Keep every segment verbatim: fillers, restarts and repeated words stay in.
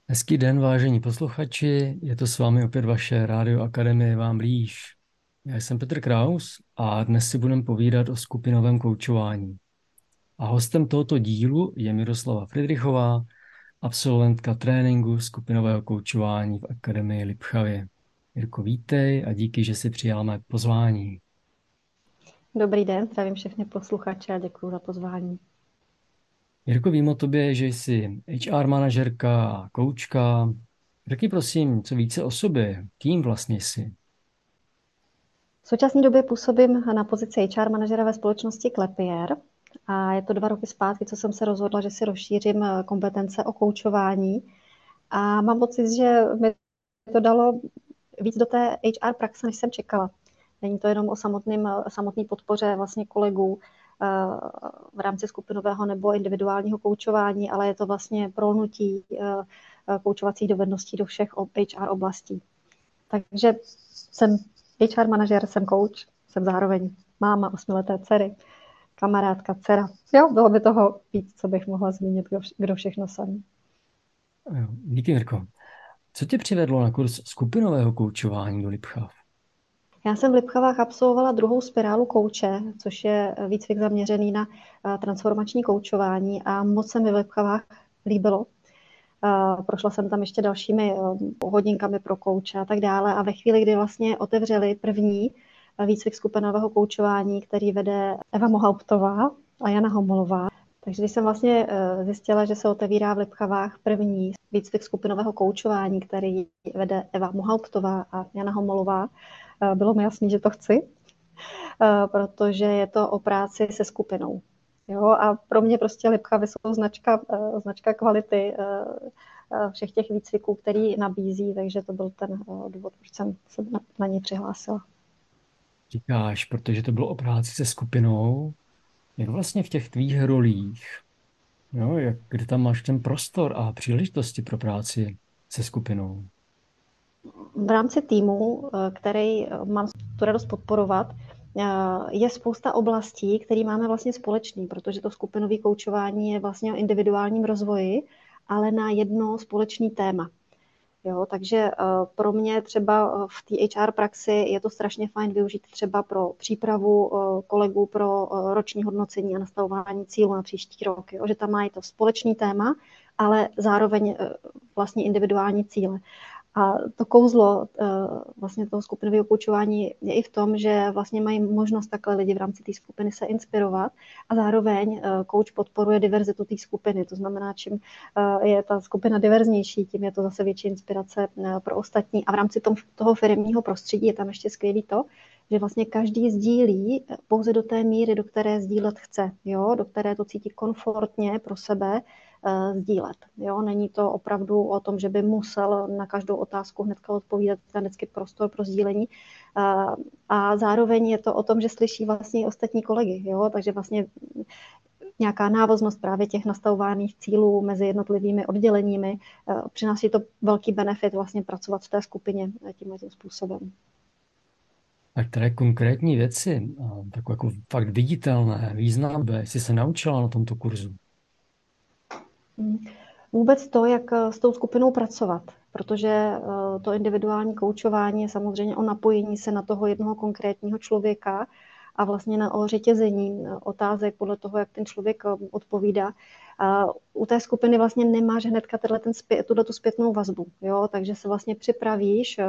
Hezký den, vážení posluchači, je to s vámi opět vaše Rádio Akademie vám blíž. Já jsem Petr Kraus a dnes si budeme povídat o skupinovém koučování. A hostem tohoto dílu je Miroslava Fridrichová, absolventka tréninku skupinového koučování v Akademii Lipchavě. Jirko, vítej a díky, že si přijal mé pozvání. Dobrý den, zdravím všechny posluchače a děkuji za pozvání. Jirko, vím o tobě, že jsi H R manažerka a koučka. Řekni prosím, co více o sobě, kým vlastně jsi? V současné době působím na pozici H R manažera ve společnosti Klepier a je to dva roky zpátky, co jsem se rozhodla, že si rozšířím kompetence o koučování a mám pocit, že mi to dalo víc do té H R praxe, než jsem čekala. Není to jenom o samotným, samotné podpoře vlastně kolegů v rámci skupinového nebo individuálního koučování, ale je to vlastně prolnutí koučovacích dovedností do všech H R oblastí. Takže jsem H R manažer, jsem coach, jsem zároveň máma osmileté dcery, kamarádka, dcera. Jo, bylo by toho víc, co bych mohla zmínit, kdo, kdo všechno jsem. Jo, díky, Jirko. Co tě přivedlo na kurz skupinového koučování do Lipchav? Já jsem v Lipchavách absolvovala druhou spirálu kouče, což je výcvik zaměřený na transformační koučování a moc se mi v Lipchavách líbilo. Prošla jsem tam ještě dalšími hodinkami pro kouče a tak dále a ve chvíli, kdy vlastně otevřeli první výcvik skupinového koučování, který vede Eva Mohauptová a Jana Homolová. Takže když jsem vlastně zjistila, že se otevírá v Lipchavách první výcvik skupinového koučování, který vede Eva Mohauptová a Jana Homolová, bylo mi jasný, že to chci, protože je to o práci se skupinou. Jo, a pro mě prostě Lipchavy jsou značka, značka kvality všech těch výcviků, který nabízí, takže to byl ten důvod, proč jsem se na, na ně přihlásila. Říkáš, protože to bylo o práci se skupinou, jak vlastně v těch tvých rolích, jo, jak, kde tam máš ten prostor a příležitosti pro práci se skupinou. V rámci týmu, který mám tu radost podporovat, je spousta oblastí, které máme vlastně společný, protože to skupinové koučování je vlastně o individuálním rozvoji, ale na jedno společné téma. Jo, takže pro mě třeba v té H R praxi je to strašně fajn využít třeba pro přípravu kolegů pro roční hodnocení a nastavování cílů na příští rok. Jo, že tam mají to společný téma, ale zároveň vlastně individuální cíle. A to kouzlo vlastně toho skupinového koučování je i v tom, že vlastně mají možnost takhle lidi v rámci té skupiny se inspirovat a zároveň kouč podporuje diverzitu té skupiny. To znamená, čím je ta skupina diverznější, tím je to zase větší inspirace pro ostatní. A v rámci tom, toho firemního prostředí je tam ještě skvělý to, že vlastně každý sdílí pouze do té míry, do které sdílet chce, jo? Do které to cítí komfortně pro sebe uh, sdílet. Jo? Není to opravdu o tom, že by musel na každou otázku hnedka odpovídat, ten vždycky prostor pro sdílení. Uh, a zároveň je to o tom, že slyší vlastně i ostatní kolegy. Jo? Takže vlastně nějaká návaznost právě těch nastavovaných cílů mezi jednotlivými odděleními. Uh, přináší to velký benefit vlastně pracovat v té skupině tímhle tím způsobem. A které konkrétní věci, takové jako fakt viditelné, významné, jsi se naučila na tomto kurzu? Vůbec to, jak s tou skupinou pracovat, protože to individuální koučování je samozřejmě o napojení se na toho jednoho konkrétního člověka a vlastně na o řetězení otázek podle toho, jak ten člověk odpovídá. U té skupiny vlastně nemáš hnedka ten zpět, tu zpětnou vazbu, jo? Takže se vlastně připravíš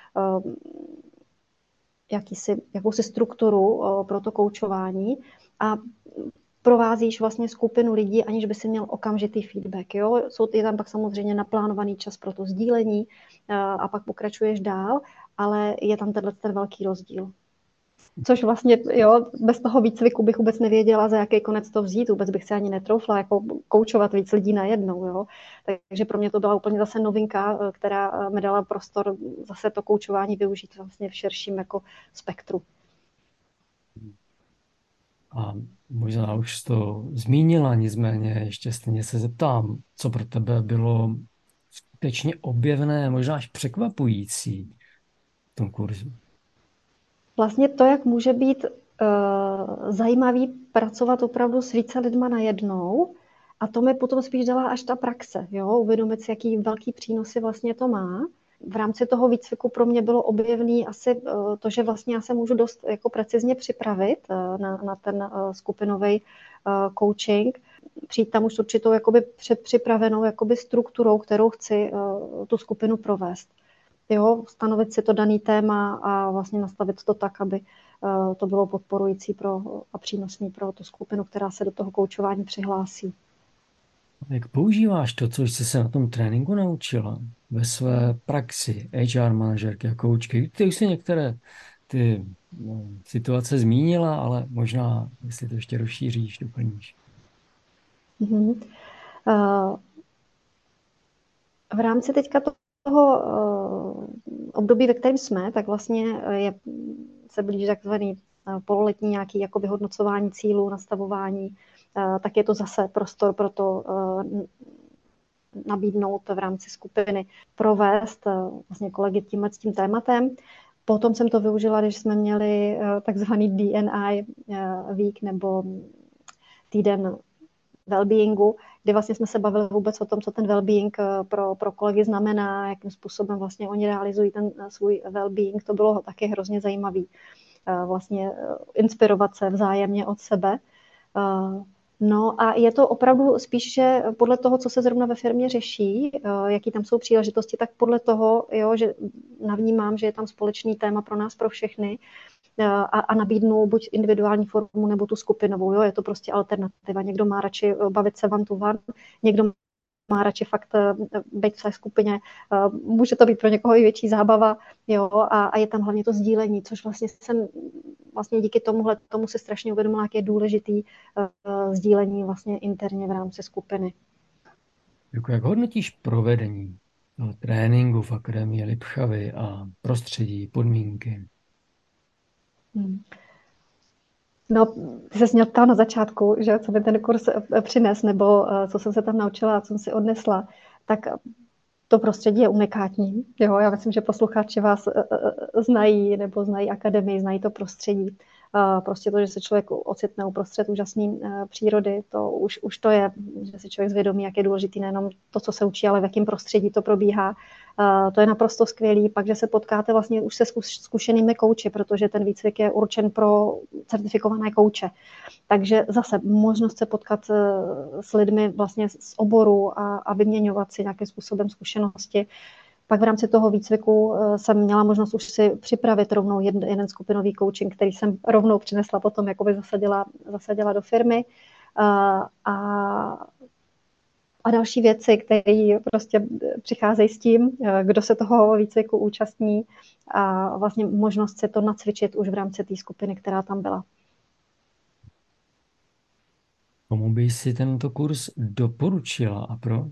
jakýsi, jakousi strukturu pro to koučování a provázíš vlastně skupinu lidí, aniž by si měl okamžitý feedback. Jo? Jsou, je tam pak samozřejmě naplánovaný čas pro to sdílení a pak pokračuješ dál, ale je tam tenhle ten velký rozdíl. Což vlastně, jo, bez toho výcviku bych vůbec nevěděla, za jaký konec to vzít, vůbec bych se ani netroufla jako koučovat víc lidí najednou, jo. Takže pro mě to byla úplně zase novinka, která mi dala prostor zase to koučování využít vlastně v širším jako spektru. A možná už jsi to zmínila, nicméně ještě stejně se zeptám, co pro tebe bylo skutečně objevné, možná až překvapující v tom kurzu. Vlastně to, jak může být uh, zajímavý pracovat opravdu s více lidma najednou A to mi potom spíš dala až ta praxe, jo? Uvědomit si, jaký velký přínosy vlastně to má. V rámci toho výcviku pro mě bylo objevný asi to, že vlastně já se můžu dost jako precizně připravit na, na ten skupinový coaching, přijít tam už s určitou jakoby předpřipravenou jakoby strukturou, kterou chci tu skupinu provést. Jo, stanovit si to daný téma a vlastně nastavit to tak, aby to bylo podporující pro, a přínosný pro tu skupinu, která se do toho koučování přihlásí. Jak používáš to, co jsi se na tom tréninku naučila ve své praxi H R manažerky a koučky? Ty už si některé ty no, situace zmínila, ale možná, jestli to ještě rozšíříš, doplníš. Mm-hmm. Uh, v rámci teďka toho uh, období, ve kterém jsme, tak vlastně je, se blíží takzvaný pololetní nějaký jako vyhodnocování cílů, nastavování, uh, tak je to zase prostor pro to uh, nabídnout v rámci skupiny, provést uh, vlastně kolegy tímhle s tím tématem. Potom jsem to využila, když jsme měli uh, takzvaný D N I uh, week nebo týden wellbeingu, kdy vlastně jsme se bavili vůbec o tom, co ten wellbeing pro, pro kolegy znamená, jakým způsobem vlastně oni realizují ten svůj wellbeing. To bylo taky hrozně zajímavý. Vlastně inspirovat se vzájemně od sebe. No a je to opravdu spíš, že podle toho, co se zrovna ve firmě řeší, jaký tam jsou příležitosti, tak podle toho, jo, že navnímám, že je tam společný téma pro nás, pro všechny, a, a nabídnu buď individuální formu nebo tu skupinovou. Jo? Je to prostě alternativa. Někdo má radši bavit se one to one, někdo má radši fakt být v své skupině. Může to být pro někoho i větší zábava, jo? A, a je tam hlavně to sdílení, což vlastně jsem vlastně díky tomuhle tomu si strašně uvědomila, jak je důležitý uh, sdílení vlastně interně v rámci skupiny. Jako jak hodnotíš provedení toho tréninku v Akademii Lipchavy a prostředí, podmínky? Hmm. No, ty se mě ptal na začátku, že co mi ten kurz přines, nebo co jsem se tam naučila a co jsem si odnesla, tak to prostředí je unikátní. Jo, já myslím, že posluchači vás znají nebo znají akademii, znají to prostředí. Prostě to, že se člověk ocitne uprostřed úžasné přírody, to už, už to je, že si člověk zvědomí, jak je důležitý nejenom to, co se učí, ale v jakém prostředí to probíhá. To je naprosto skvělý. Pak, že se potkáte vlastně už se zkušenými kouči, protože ten výcvik je určen pro certifikované kouče. Takže zase možnost se potkat s lidmi vlastně z oboru a, a vyměňovat si nějakým způsobem zkušenosti. Pak v rámci toho výcviku jsem měla možnost už si připravit rovnou jeden, jeden skupinový coaching, který jsem rovnou přinesla potom, jakoby zasadila, zasadila do firmy. A, a, a další věci, které prostě přicházejí s tím, kdo se toho výcviku účastní a vlastně možnost si to nacvičit už v rámci té skupiny, která tam byla. Komu by si tento kurz doporučila a proč?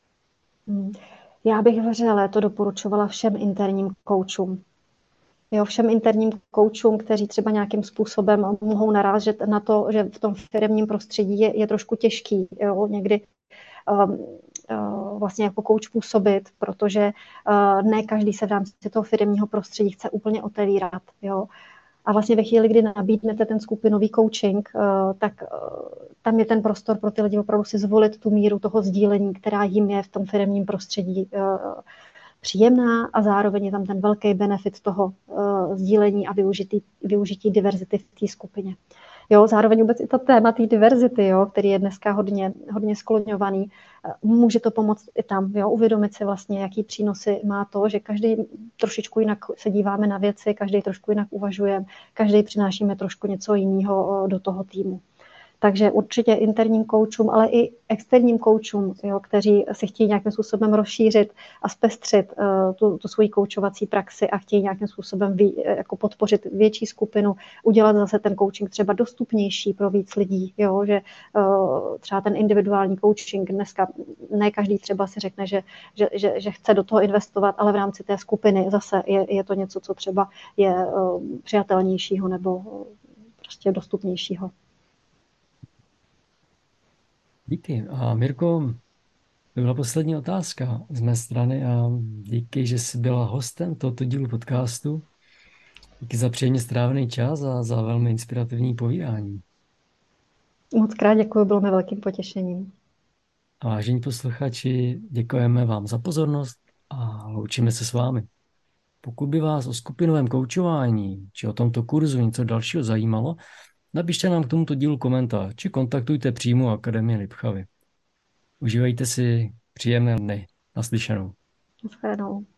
Já bych vřele to doporučovala všem interním koučům. Jo, všem interním koučům, kteří třeba nějakým způsobem mohou narážet na to, že v tom firemním prostředí je, je trošku těžký, jo, někdy um, uh, vlastně jako kouč působit, protože uh, ne každý se v rámci toho firemního prostředí chce úplně otevírat. Jo. A vlastně ve chvíli, kdy nabídnete ten skupinový coaching, tak tam je ten prostor pro ty lidi opravdu si zvolit tu míru toho sdílení, která jim je v tom firemním prostředí příjemná a zároveň je tam ten velký benefit toho sdílení a využití, využití diverzity v té skupině. Jo, zároveň vůbec i to téma té diverzity, jo, který je dneska hodně, hodně skloňovaný, může to pomoct i tam, jo, uvědomit si vlastně, jaký přínosy má to, že každý trošičku jinak se díváme na věci, každý trošku jinak uvažuje, každý přinášíme trošku něco jiného do toho týmu. Takže určitě interním koučům, ale i externím koučům, jo, kteří si chtějí nějakým způsobem rozšířit a zpestřit uh, tu, tu svoji koučovací praxi a chtějí nějakým způsobem vý, jako podpořit větší skupinu, udělat zase ten coaching třeba dostupnější pro víc lidí. Jo, že uh, třeba ten individuální coaching dneska ne každý třeba si řekne, že, že, že, že chce do toho investovat, ale v rámci té skupiny zase je, je to něco, co třeba je uh, přijatelnějšího nebo uh, prostě dostupnějšího. Díky. A Mirko, to byla poslední otázka z mé strany a díky, že jsi byla hostem tohoto dílu podcastu. Díky za příjemně strávený čas a za velmi inspirativní povídání. Moc krát děkuji, bylo mi velkým potěšením. A vážení posluchači, děkujeme vám za pozornost a loučíme se s vámi. Pokud by vás o skupinovém koučování či o tomto kurzu něco dalšího zajímalo, napište nám k tomuto dílu komentář či kontaktujte přímo Akademii Lipchavy. Užívejte si příjemné dny. Naslyšenou. Naschledanou.